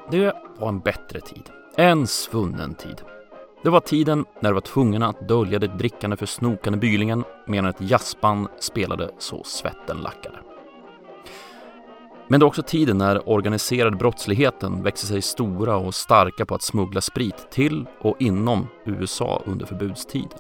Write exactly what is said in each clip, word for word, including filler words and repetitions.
Det var en bättre tid. En svunnen tid. Det var tiden när de var tvungna att dölja det drickande för snokande bylingen medan ett jazzband spelade så svetten lackade. Men det var också tiden när organiserad brottsligheten växte sig stora och starka på att smuggla sprit till och inom U S A under förbudstiden.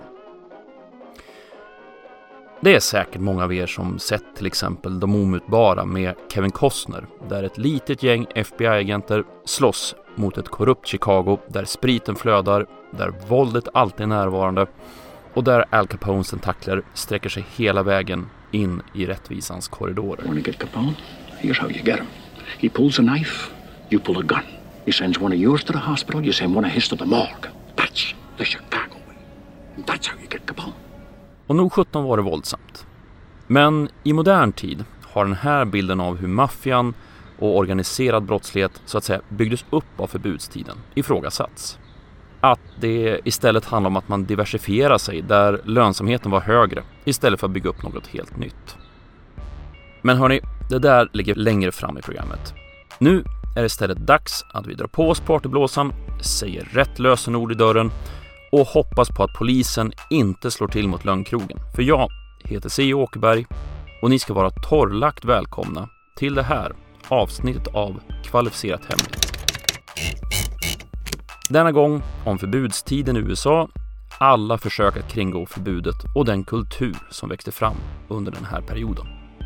Det är säkert många av er som sett till exempel De omutbara med Kevin Costner, där ett litet gäng F B I-agenter slåss mot ett korrupt Chicago där spriten flödar, där våldet alltid är närvarande och där Al Capones tentakler sträcker sig hela vägen in i rättvisans korridorer. Want to get Capone? Here's how you get him. He pulls a knife, you pull a gun. He sends one of yours to the hospital, you send one of his to the morgue. That's the Chicago way. And that's how you get Capone. Och nog sjutton var det våldsamt. Men i modern tid har den här bilden av hur maffian och organiserad brottslighet så att säga byggdes upp av förbudstiden ifrågasatts. Att det istället handlar om att man diversifierar sig där lönsamheten var högre istället för att bygga upp något helt nytt. Men hörni, det där ligger längre fram i programmet. Nu är det istället dags att vi drar på oss partyblåsan, säger rätt lösenord i dörren och hoppas på att polisen inte slår till mot lönnkrogen. För jag heter C. Åkerberg och ni ska vara torrlagt välkomna till det här avsnittet av Kvalificerat hemligt. Denna gång om förbudstiden i U S A, alla försök att kringgå förbudet och den kultur som växte fram under den här perioden.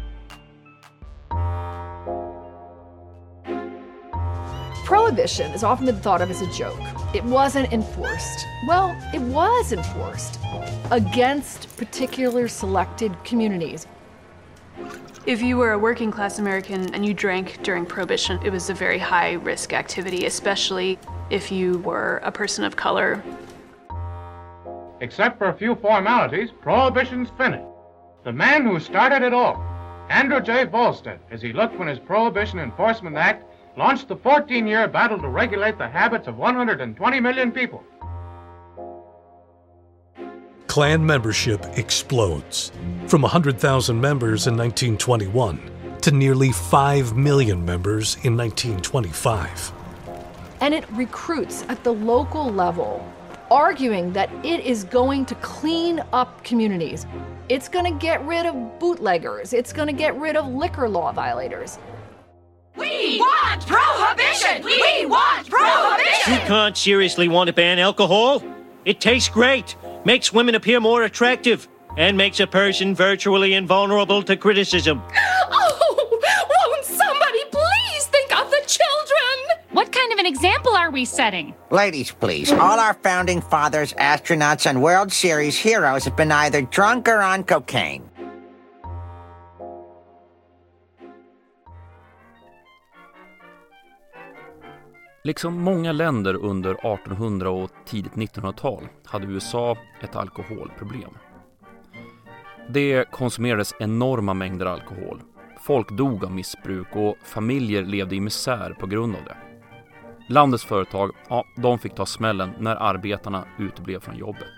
Prohibition is often been thought of as a joke. It wasn't enforced. Well, it was enforced against particular selected communities. If you were a working class American and you drank during Prohibition, it was a very high risk activity, especially if you were a person of color. Except for a few formalities, Prohibition's finished. The man who started it all, Andrew J. Volstead, as he looked when his Prohibition Enforcement Act launched the fourteen-year battle to regulate the habits of one hundred twenty million people. Klan membership explodes from one hundred thousand members in nineteen twenty-one to nearly five million members in nineteen twenty-five. And it recruits at the local level, arguing that it is going to clean up communities. It's going to get rid of bootleggers. It's going to get rid of liquor law violators. We want prohibition! We want prohibition! You can't seriously want to ban alcohol? It tastes great, makes women appear more attractive, and makes a person virtually invulnerable to criticism. Oh, won't somebody please think of the children? What kind of an example are we setting? Ladies, please. All our founding fathers, astronauts, and World Series heroes have been either drunk or on cocaine. Liksom många länder under artonhundra- och tidigt nittonhundratal hade U S A ett alkoholproblem. Det konsumerades enorma mängder alkohol. Folk dog av missbruk och familjer levde i misär på grund av det. Landets företag, ja, de fick ta smällen när arbetarna uteblev från jobbet.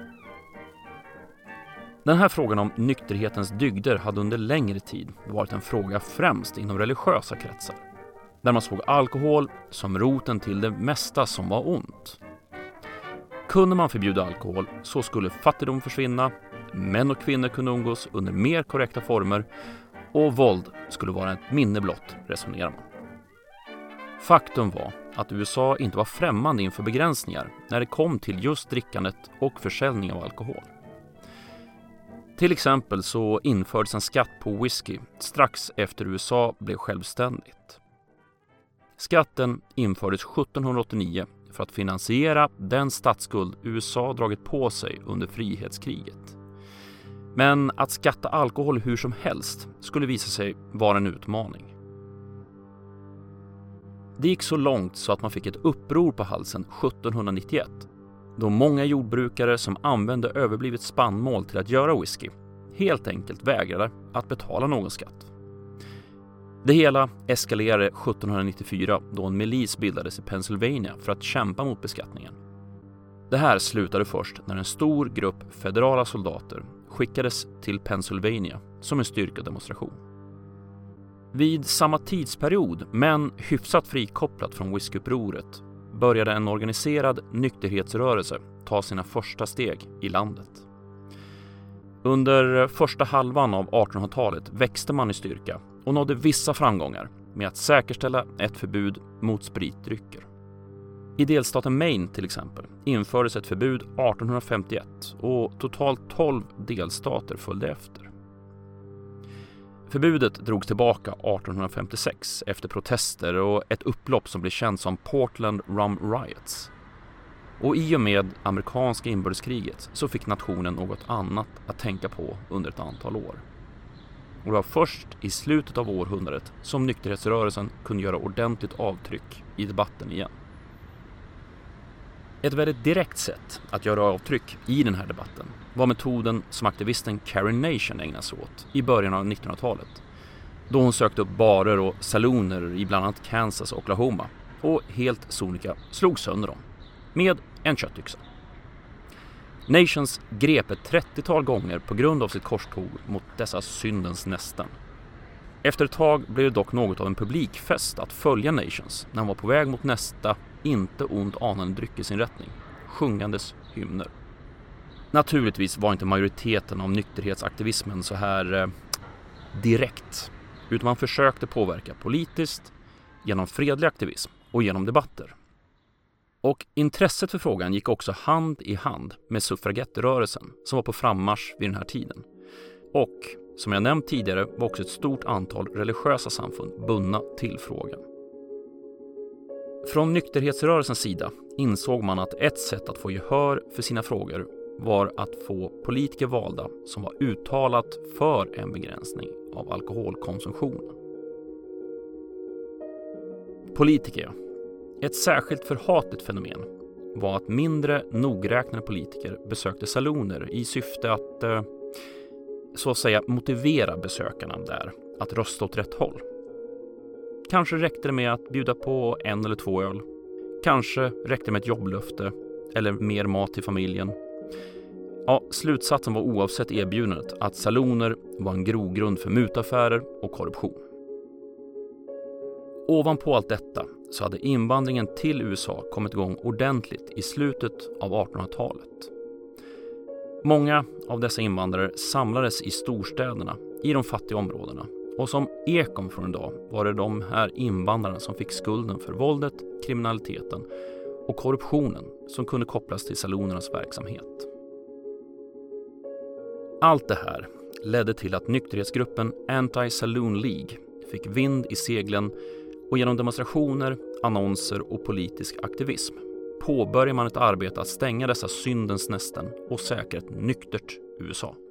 Den här frågan om nykterhetens dygder hade under längre tid varit en fråga främst inom religiösa kretsar, där man såg alkohol som roten till det mesta som var ont. Kunde man förbjuda alkohol så skulle fattigdom försvinna, män och kvinnor kunde umgås under mer korrekta former och våld skulle vara ett minne blott, resonerar man. Faktum var att U S A inte var främmande inför begränsningar när det kom till just drickandet och försäljning av alkohol. Till exempel så infördes en skatt på whisky strax efter U S A blev självständigt. Skatten infördes sjuttonhundraåttionio för att finansiera den statsskuld U S A dragit på sig under frihetskriget. Men att skatta alkohol hur som helst skulle visa sig vara en utmaning. Det gick så långt så att man fick ett uppror på halsen sjuttonhundranittioett, då många jordbrukare som använde överblivet spannmål till att göra whisky helt enkelt vägrade att betala någon skatt. Det hela eskalerade sjuttonhundranittiofyra då en milis bildades i Pennsylvania för att kämpa mot beskattningen. Det här slutade först när en stor grupp federala soldater skickades till Pennsylvania som en styrkedemonstration. Vid samma tidsperiod, men hyfsat frikopplat från whiskyupproret, började en organiserad nykterhetsrörelse ta sina första steg i landet. Under första halvan av artonhundratalet växte man i styrka och nådde vissa framgångar med att säkerställa ett förbud mot spritdrycker. I delstaten Maine till exempel infördes ett förbud artonhundrafemtioett och totalt tolv delstater följde efter. Förbudet drogs tillbaka artonhundrafemtiosex efter protester och ett upplopp som blev känt som Portland Rum Riots. Och i och med amerikanska inbördeskriget så fick nationen något annat att tänka på under ett antal år. Och det var först i slutet av århundradet som nykterhetsrörelsen kunde göra ordentligt avtryck i debatten igen. Ett väldigt direkt sätt att göra avtryck i den här debatten var metoden som aktivisten Carrie Nation ägnade sig åt i början av nittonhundratalet. Då hon sökte upp barer och saloner i bland annat Kansas och Oklahoma och helt sonika slog sönder dem med en köttyxa. Nations grep ett trettiotal gånger på grund av sitt korståg mot dessa syndens nästen. Efter ett tag blev det dock något av en publikfest att följa Nations när han var på väg mot nästa inte ont anande dryckesinrättning, sjungandes hymner. Naturligtvis var inte majoriteten av nykterhetsaktivismen så här eh, direkt, utan man försökte påverka politiskt genom fredlig aktivism och genom debatter. Och intresset för frågan gick också hand i hand med suffragettrörelsen som var på frammarsch vid den här tiden. Och som jag nämnt tidigare var också ett stort antal religiösa samfund bundna till frågan. Från nykterhetsrörelsens sida insåg man att ett sätt att få gehör för sina frågor var att få politiker valda som var uttalat för en begränsning av alkoholkonsumtionen. Politiker. Ett särskilt förhatligt fenomen var att mindre nogräknade politiker besökte saloner i syfte att eh, så att säga motivera besökarna där att rösta åt rätt håll. Kanske räckte det med att bjuda på en eller två öl. Kanske räckte det med ett jobblöfte eller mer mat till familjen. Ja, slutsatsen var oavsett erbjudandet att saloner var en grogrund för mutaffärer och korruption. Ovanpå allt detta så hade invandringen till U S A kommit igång ordentligt i slutet av artonhundratalet. Många av dessa invandrare samlades i storstäderna i de fattiga områdena och som ekon från en dag var det de här invandrarna som fick skulden för våldet, kriminaliteten och korruptionen som kunde kopplas till salonernas verksamhet. Allt det här ledde till att nykterhetsgruppen Anti-Saloon League fick vind i seglen och genom demonstrationer, annonser och politisk aktivism påbörjar man ett arbete att stänga dessa syndens nästen och säkra ett nyktert U S A.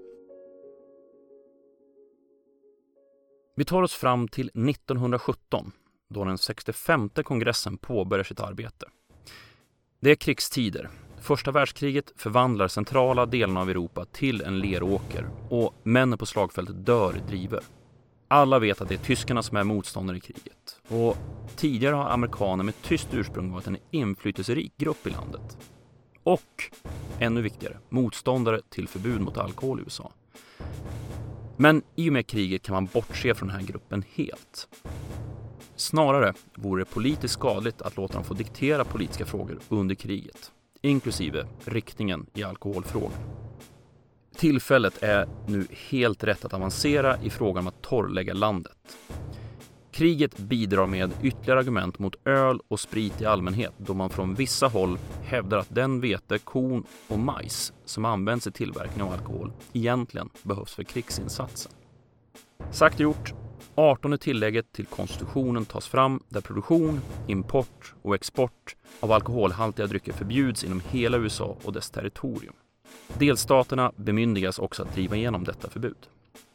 Vi tar oss fram till nittonhundrasjutton då den sextiofemte kongressen påbörjar sitt arbete. Det är krigstider. Första världskriget förvandlar centrala delarna av Europa till en leråker och männen på slagfältet dör i driver. Alla vet att det är tyskarna som är motståndare i kriget och tidigare har amerikaner med tyst ursprung varit en inflytelserik grupp i landet. Och, ännu viktigare, motståndare till förbud mot alkohol i U S A. Men i och med kriget kan man bortse från den här gruppen helt. Snarare vore det politiskt skadligt att låta dem få diktera politiska frågor under kriget, inklusive riktningen i alkoholfrågan. Tillfället är nu helt rätt att avancera i frågan om att torrlägga landet. Kriget bidrar med ytterligare argument mot öl och sprit i allmänhet då man från vissa håll hävdar att den vete, korn och majs som används i tillverkning av alkohol egentligen behövs för krigsinsatsen. Sagt och gjort, artonde tillägget till konstitutionen tas fram där produktion, import och export av alkoholhaltiga drycker förbjuds inom hela U S A och dess territorium. Delstaterna bemyndigas också att driva igenom detta förbud.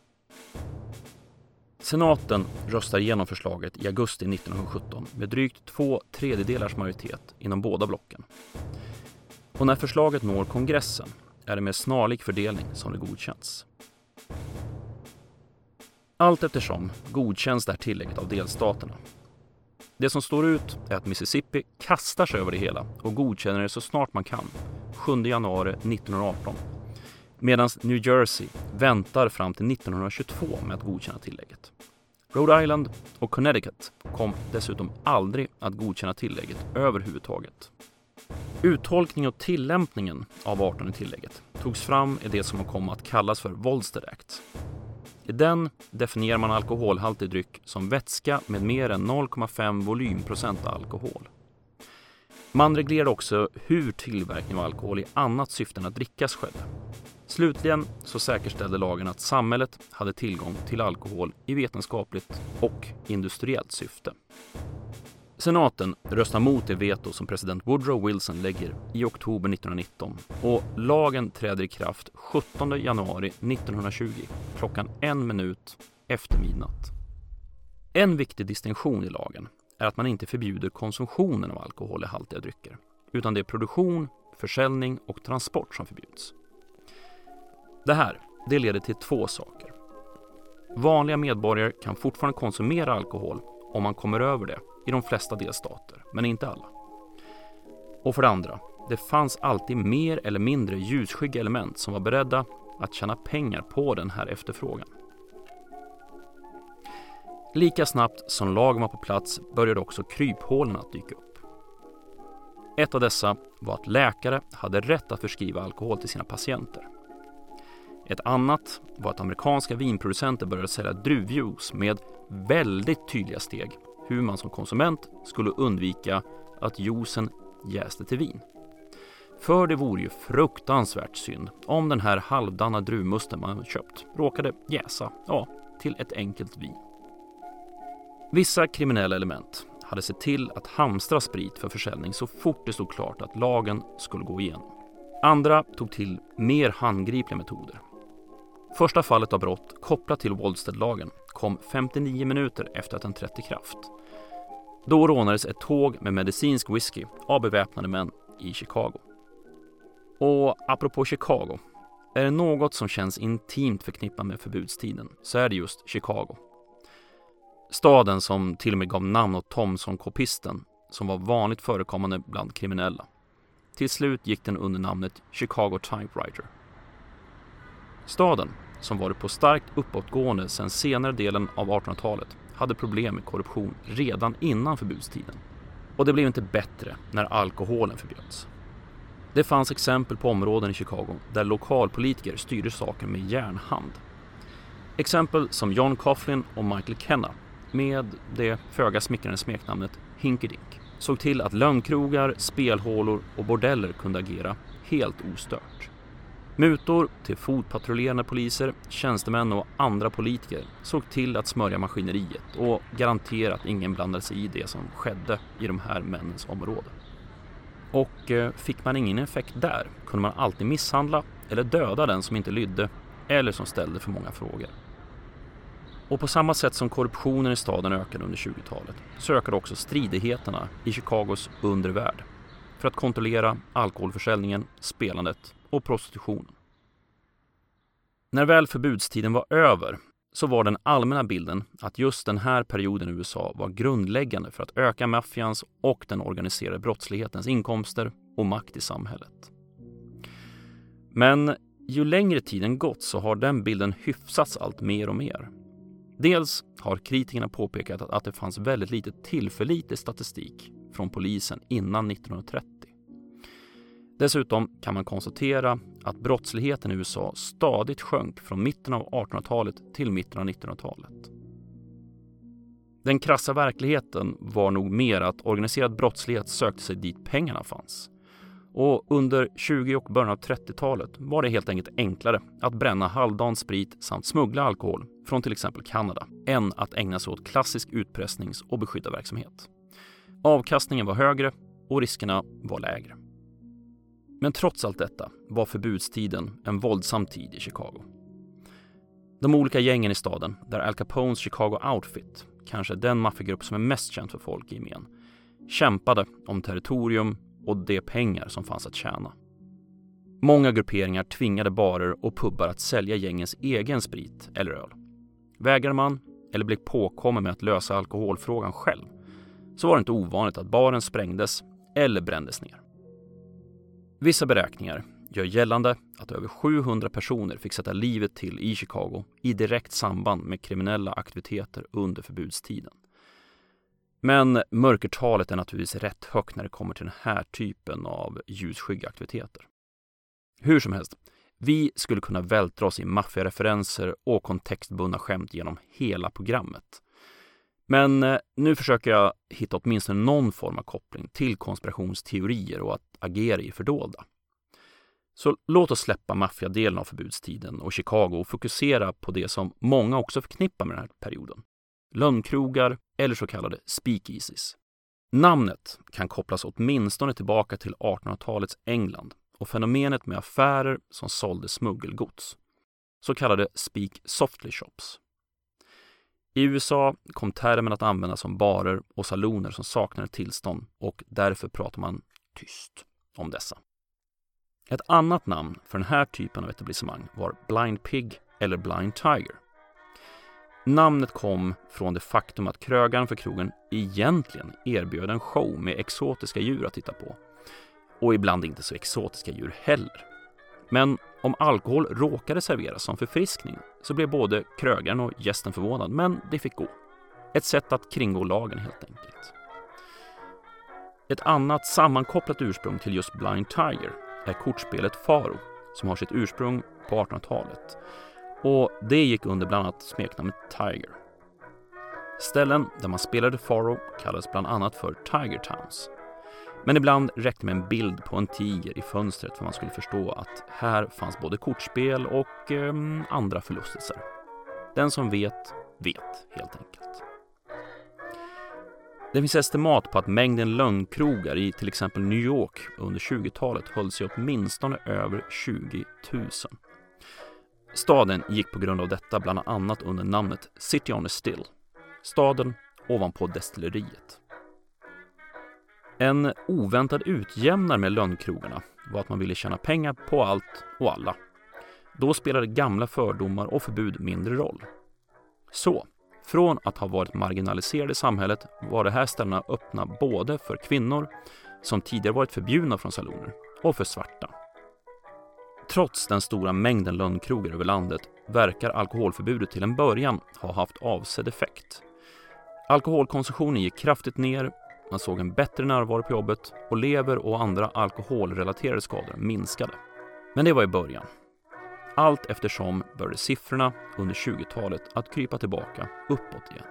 Senaten röstar igenom förslaget i augusti nittonhundrasjutton med drygt två tredjedelars majoritet inom båda blocken. Och när förslaget når kongressen är det med snarlik fördelning som det godkänns. Allt eftersom godkänns det här tillägget av delstaterna. Det som står ut är att Mississippi kastar sig över det hela och godkänner det så snart man kan, sjunde januari nittonhundraarton. Medan New Jersey väntar fram till nittonhundratjugotvå med att godkänna tillägget. Rhode Island och Connecticut kom dessutom aldrig att godkänna tillägget överhuvudtaget. Uttolkning och tillämpningen av artonde tillägget togs fram i det som kom att kallas för Volstead Act. I den definierar man alkoholhaltig dryck som vätska med mer än noll komma fem volymprocent alkohol. Man reglerade också hur tillverkning av alkohol i annat syfte än att drickas skedde. Slutligen så säkerställde lagen att samhället hade tillgång till alkohol i vetenskapligt och industriellt syfte. Senaten röstar mot det veto som president Woodrow Wilson lägger i oktober nittonhundranitton och lagen träder i kraft sjuttonde januari nittonhundratjugo klockan en minut efter midnatt. En viktig distinktion i lagen är att man inte förbjuder konsumtionen av alkohol i haltiga drycker, utan det är produktion, försäljning och transport som förbjuds. Det här, det leder till två saker. Vanliga medborgare kan fortfarande konsumera alkohol om man kommer över det i de flesta delstater, men inte alla. Och för det andra, det fanns alltid mer eller mindre ljusskygga element som var beredda att tjäna pengar på den här efterfrågan. Lika snabbt som lagen var på plats började också kryphålen att dyka upp. Ett av dessa var att läkare hade rätt att förskriva alkohol till sina patienter. Ett annat var att amerikanska vinproducenter började sälja druvjuice med väldigt tydliga steg hur man som konsument skulle undvika att juicen jäste till vin. För det vore ju fruktansvärt synd om den här halvdanna druvmusten man köpt råkade jäsa, ja, till ett enkelt vin. Vissa kriminella element hade sett till att hamstra sprit för försäljning så fort det stod klart att lagen skulle gå igenom. Andra tog till mer handgripliga metoder. Första fallet av brott kopplat till Volstead-lagen kom femtionio minuter efter att den trätt i kraft. Då rånades ett tåg med medicinsk whisky av beväpnade män i Chicago. Och apropå Chicago, är det något som känns intimt förknippat med förbudstiden så är det just Chicago. Staden som till och med gav namn åt Thompson-kopisten som var vanligt förekommande bland kriminella. Till slut gick den under namnet Chicago Typewriter. Staden, som varit på starkt uppåtgående sedan senare delen av artonhundratalet, hade problem med korruption redan innan förbudstiden. Och det blev inte bättre när alkoholen förbjöds. Det fanns exempel på områden i Chicago där lokalpolitiker styrde saker med järnhand. Exempel som John Coughlin och Michael Kenna med det föga smickrande smeknamnet Hinky Dink såg till att lönnkrogar, spelhålor och bordeller kunde agera helt ostört. Mutor till fotpatrullerande poliser, tjänstemän och andra politiker såg till att smörja maskineriet och garantera att ingen blandade sig i det som skedde i de här männens område. Och eh, fick man ingen effekt där kunde man alltid misshandla eller döda den som inte lydde eller som ställde för många frågor. Och på samma sätt som korruptionen i staden ökade under tjugotalet så ökade också stridigheterna i Chicagos undervärld för att kontrollera alkoholförsäljningen, spelandet och prostitutionen. När väl förbudstiden var över så var den allmänna bilden att just den här perioden i U S A var grundläggande för att öka maffians och den organiserade brottslighetens inkomster och makt i samhället. Men ju längre tiden gått så har den bilden hyfsats allt mer och mer. Dels har kritikerna påpekat att det fanns väldigt lite tillförlitlig statistik från polisen innan nittonhundratrettio. Dessutom kan man konstatera att brottsligheten i U S A stadigt sjönk från mitten av artonhundratalet till mitten av nittonhundratalet. Den krassa verkligheten var nog mer att organiserad brottslighet sökte sig dit pengarna fanns. Och under tjugo- och början av trettiotalet var det helt enkelt enklare att bränna halvdan sprit samt smuggla alkohol från till exempel Kanada än att ägna sig åt klassisk utpressnings- och beskyddarverksamhet. Avkastningen var högre och riskerna var lägre. Men trots allt detta var förbudstiden en våldsam tid i Chicago. De olika gängen i staden, där Al Capones Chicago Outfit, kanske den maffiagrupp som är mest känd för folk i gemen, kämpade om territorium och de pengar som fanns att tjäna. Många grupperingar tvingade barer och pubbar att sälja gängens egen sprit eller öl. Vägrade man eller blev påkommen med att lösa alkoholfrågan själv så var det inte ovanligt att baren sprängdes eller brändes ner. Vissa beräkningar gör gällande att över sjuhundra personer fick sätta livet till i Chicago i direkt samband med kriminella aktiviteter under förbudstiden. Men mörkertalet är naturligtvis rätt högt när det kommer till den här typen av ljusskygga aktiviteter. Hur som helst, vi skulle kunna vältra oss i maffiareferenser och kontextbundna skämt genom hela programmet. Men eh, nu försöker jag hitta åtminstone någon form av koppling till konspirationsteorier och att agera i fördolda. Så låt oss släppa maffiadelen av förbudstiden och Chicago och fokusera på det som många också förknippar med den här perioden. Lönnkrogar eller så kallade speakeasies. Namnet kan kopplas åtminstone tillbaka till artonhundratalets England och fenomenet med affärer som sålde smuggelgods, så kallade speak softly shops. I U S A kom termen att användas som barer och saloner som saknade tillstånd och därför pratar man tyst om dessa. Ett annat namn för den här typen av etablissemang var Blind Pig eller Blind Tiger. Namnet kom från det faktum att krögaren för krogen egentligen erbjöd en show med exotiska djur att titta på. Och ibland inte så exotiska djur heller. Men om alkohol råkade serveras som förfriskning så blev både krögaren och gästen förvånad, men det fick gå. Ett sätt att kringgå lagen helt enkelt. Ett annat sammankopplat ursprung till just Blind Tiger är kortspelet Faro som har sitt ursprung på artonhundratalet. Och det gick under bland annat smeknamnet Tiger. Ställen där man spelade Faro kallades bland annat för Tiger Towns. Men ibland räckte med en bild på en tiger i fönstret för man skulle förstå att här fanns både kortspel och eh, andra förlustelser. Den som vet, vet helt enkelt. Det finns estimat på att mängden lönnkrogar i till exempel New York under tjugotalet höll sig åtminstone över tjugo tusen. Staden gick på grund av detta bland annat under namnet City on a Still, staden ovanpå destilleriet. En oväntad utjämnare med lönnkrogarna var att man ville tjäna pengar på allt och alla. Då spelade gamla fördomar och förbud mindre roll. Så, från att ha varit marginaliserade i samhället var det här ställena öppna både för kvinnor som tidigare varit förbjudna från saloner och för svarta. Trots den stora mängden lönnkrogar över landet verkar alkoholförbudet till en början ha haft avsedd effekt. Alkoholkonsumtionen gick kraftigt ner, man såg en bättre närvaro på jobbet och lever och andra alkoholrelaterade skador minskade. Men det var i början. Allt eftersom började siffrorna under tjugotalet att krypa tillbaka uppåt igen.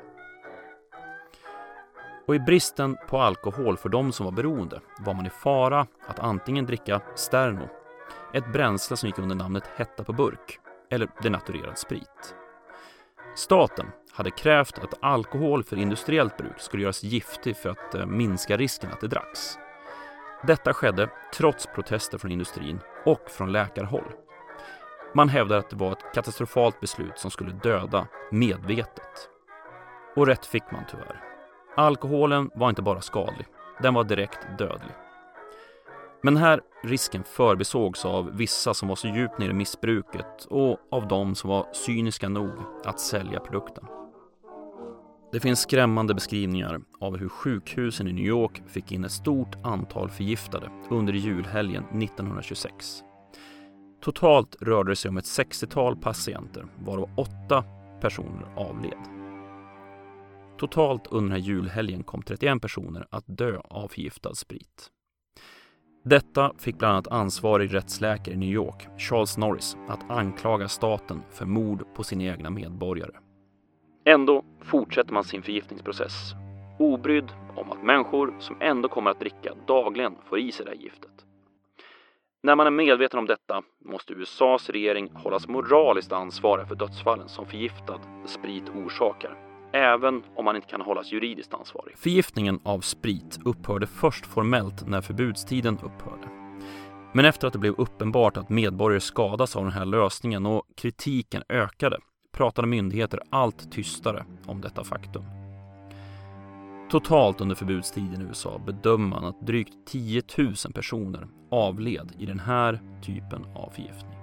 Och i bristen på alkohol för de som var beroende var man i fara att antingen dricka Sterno, ett bränsle som gick under namnet hetta på burk, eller denaturerad sprit. Staten hade krävt att alkohol för industriellt bruk skulle göras giftig för att minska risken att det dracks. Detta skedde trots protester från industrin och från läkarhåll. Man hävdade att det var ett katastrofalt beslut som skulle döda medvetet. Och rätt fick man tyvärr. Alkoholen var inte bara skadlig, den var direkt dödlig. Men den här risken förbisågs av vissa som var så djupt nere i missbruket och av de som var cyniska nog att sälja produkten. Det finns skrämmande beskrivningar av hur sjukhusen i New York fick in ett stort antal förgiftade under julhelgen nittonhundratjugosex. Totalt rörde det sig om ett sextiotal patienter, varav åtta personer avled. Totalt under den här julhelgen kom trettioen personer att dö av förgiftad sprit. Detta fick bland annat ansvarig rättsläkare i New York, Charles Norris, att anklaga staten för mord på sina egna medborgare. Ändå fortsätter man sin förgiftningsprocess, obrydd om att människor som ändå kommer att dricka dagligen får i sig det här giftet. När man är medveten om detta måste U S A:s regering hållas moraliskt ansvarig för dödsfallen som förgiftad sprit orsakar, även om man inte kan hållas juridiskt ansvarig. Förgiftningen av sprit upphörde först formellt när förbudstiden upphörde. Men efter att det blev uppenbart att medborgare skadas av den här lösningen och kritiken ökade, pratade myndigheter allt tystare om detta faktum. Totalt under förbudstiden i U S A bedömer man att drygt tio tusen personer avled i den här typen av förgiftning.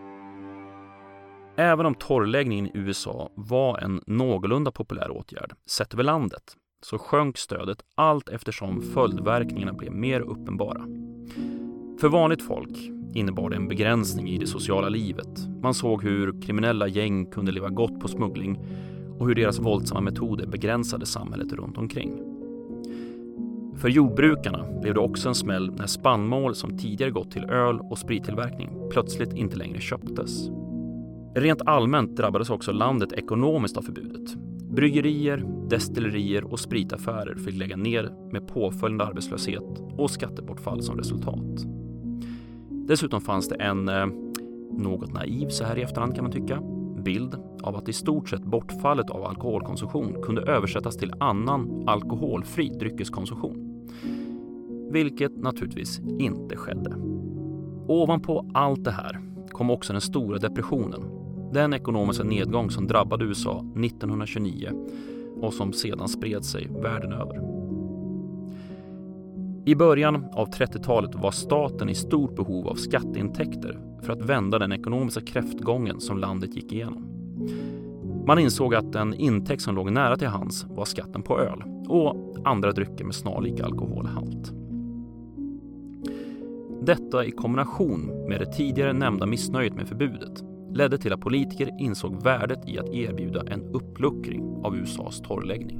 Även om torrläggningen i U S A var en någorlunda populär åtgärd sett över landet så sjönk stödet allt eftersom följdverkningarna blev mer uppenbara. För vanligt folk innebar det en begränsning i det sociala livet. Man såg hur kriminella gäng kunde leva gott på smuggling och hur deras våldsamma metoder begränsade samhället runt omkring. För jordbrukarna blev det också en smäll när spannmål som tidigare gått till öl- och sprittillverkning plötsligt inte längre köptes. Rent allmänt drabbades också landet ekonomiskt av förbudet. Bryggerier, destillerier och spritaffärer fick lägga ner med påföljande arbetslöshet och skattebortfall som resultat. Dessutom fanns det en, eh, något naiv så här i efterhand kan man tycka, bild av att i stort sett bortfallet av alkoholkonsumtion kunde översättas till annan alkoholfri dryckeskonsumtion. Vilket naturligtvis inte skedde. Ovanpå allt det här kom också den stora depressionen. Den ekonomiska nedgång som drabbade U S A nittonhundratjugonio och som sedan spred sig världen över. I början av trettiotalet var staten i stort behov av skatteintäkter för att vända den ekonomiska kräftgången som landet gick igenom. Man insåg att en intäkt som låg nära till hands var skatten på öl och andra drycker med snarlik alkoholhalt. Detta i kombination med det tidigare nämnda missnöjet med förbudet ledde till att politiker insåg värdet i att erbjuda en uppluckring av U S A:s torrläggning.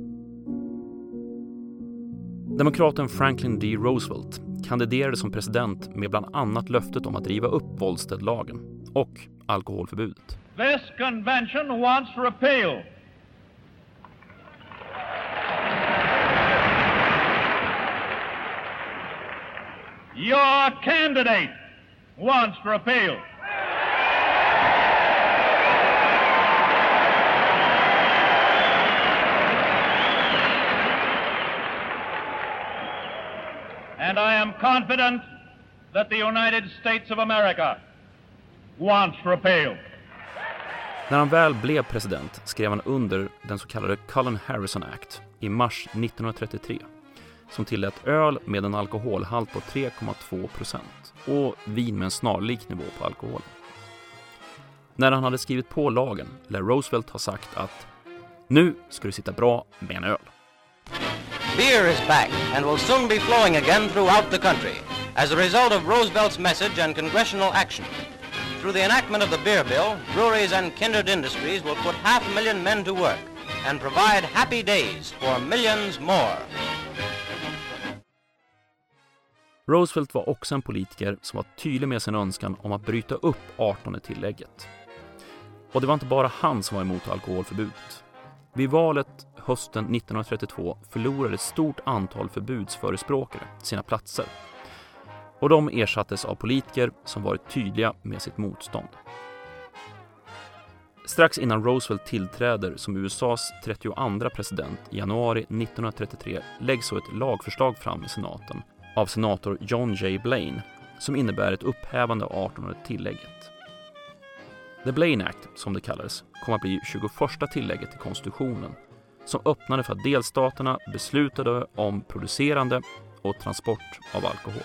Demokraten Franklin D. Roosevelt kandiderade som president med bland annat löftet om att riva upp våldstädlagen och alkoholförbudet. This convention wants repeal. Your candidate wants repeal. And I am confident that the United States of America wants repeal. När han väl blev president skrev han under den så kallade Cullen-Harrison Act i mars nittonhundratrettiotre som tillät öl med en alkoholhalt på tre komma två procent och vin med en snarlik nivå på alkohol. När han hade skrivit på lagen lär Roosevelt ha sagt att nu ska det sitta bra med en öl. Beer is back and will soon be flowing again throughout the country as a result of Roosevelt's message and congressional action. Through the enactment of the beer bill, breweries and kindred industries will put half a million men to work and provide happy days for millions more. Roosevelt var också en politiker som var tydlig med sin önskan om att bryta upp artonde tillägget. Och det var inte bara han som var emot alkoholförbudet. Vid valet hösten nittonhundratrettiotvå förlorade ett stort antal förbudsförespråkare sina platser. Och de ersattes av politiker som varit tydliga med sitt motstånd. Strax innan Roosevelt tillträder som U S A:s trettioandra president i januari nittonhundratrettiotre läggs så ett lagförslag fram i senaten av senator John J. Blaine som innebär ett upphävande av artonde tillägget. The Blaine Act, som det kallades, kom att bli tjugoförsta tillägget till konstitutionen som öppnade för att delstaterna beslutade om producerande och transport av alkohol.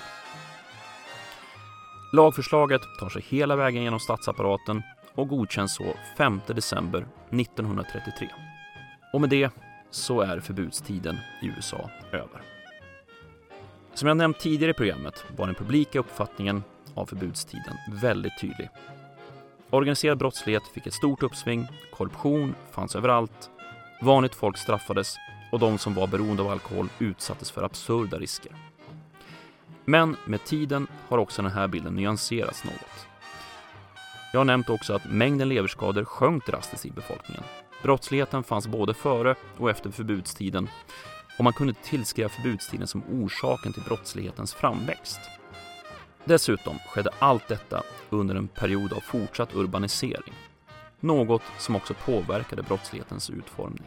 Lagförslaget tar sig hela vägen genom statsapparaten och godkänns så femte december nittonhundratrettiotre. Och med det så är förbudstiden i U S A över. Som jag nämnt tidigare i programmet var den publika uppfattningen av förbudstiden väldigt tydlig. Organiserad brottslighet fick ett stort uppsving, korruption fanns överallt, vanligt folk straffades och de som var beroende av alkohol utsattes för absurda risker. Men med tiden har också den här bilden nyanserats något. Jag har nämnt också att mängden leverskador sjönk drastiskt i befolkningen. Brottsligheten fanns både före och efter förbudstiden och man kunde tillskriva förbudstiden som orsaken till brottslighetens framväxt. Dessutom skedde allt detta under en period av fortsatt urbanisering. Något som också påverkade brottslighetens utformning.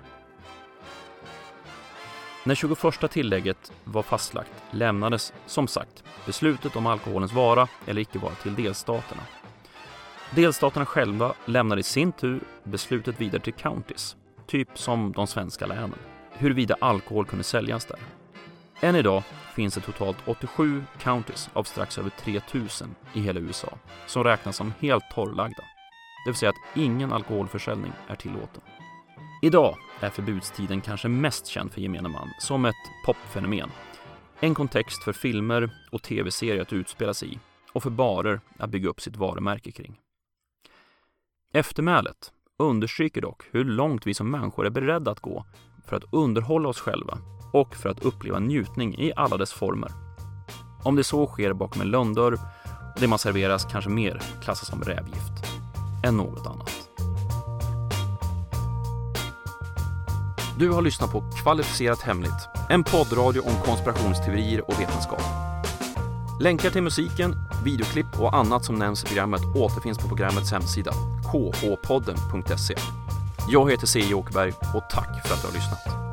När tjugoförsta tillägget var fastlagt lämnades, som sagt, beslutet om alkoholens vara eller icke vara till delstaterna. Delstaterna själva lämnade i sin tur beslutet vidare till counties, typ som de svenska länen, huruvida alkohol kunde säljas där. Än idag finns det totalt åttiosju counties av strax över tre tusen i hela U S A som räknas som helt torrlagda. Det vill säga att ingen alkoholförsäljning är tillåten. Idag är förbudstiden kanske mest känd för gemene man som ett popfenomen. En kontext för filmer och tv-serier att utspela sig i och för barer att bygga upp sitt varumärke kring. Eftermälet understryker dock hur långt vi som människor är beredda att gå för att underhålla oss själva och för att uppleva njutning i alla dess former. Om det så sker bakom en lönndörr och det man serveras kanske mer klassas som rävgift än något annat. Du har lyssnat på Kvalificerat Hemligt, en poddradio om konspirationsteorier och vetenskap. Länkar till musiken, videoklipp och annat som nämns i programmet återfinns på programmets hemsida k h podden punkt se. Jag heter C J Åkerberg och tack för att du har lyssnat.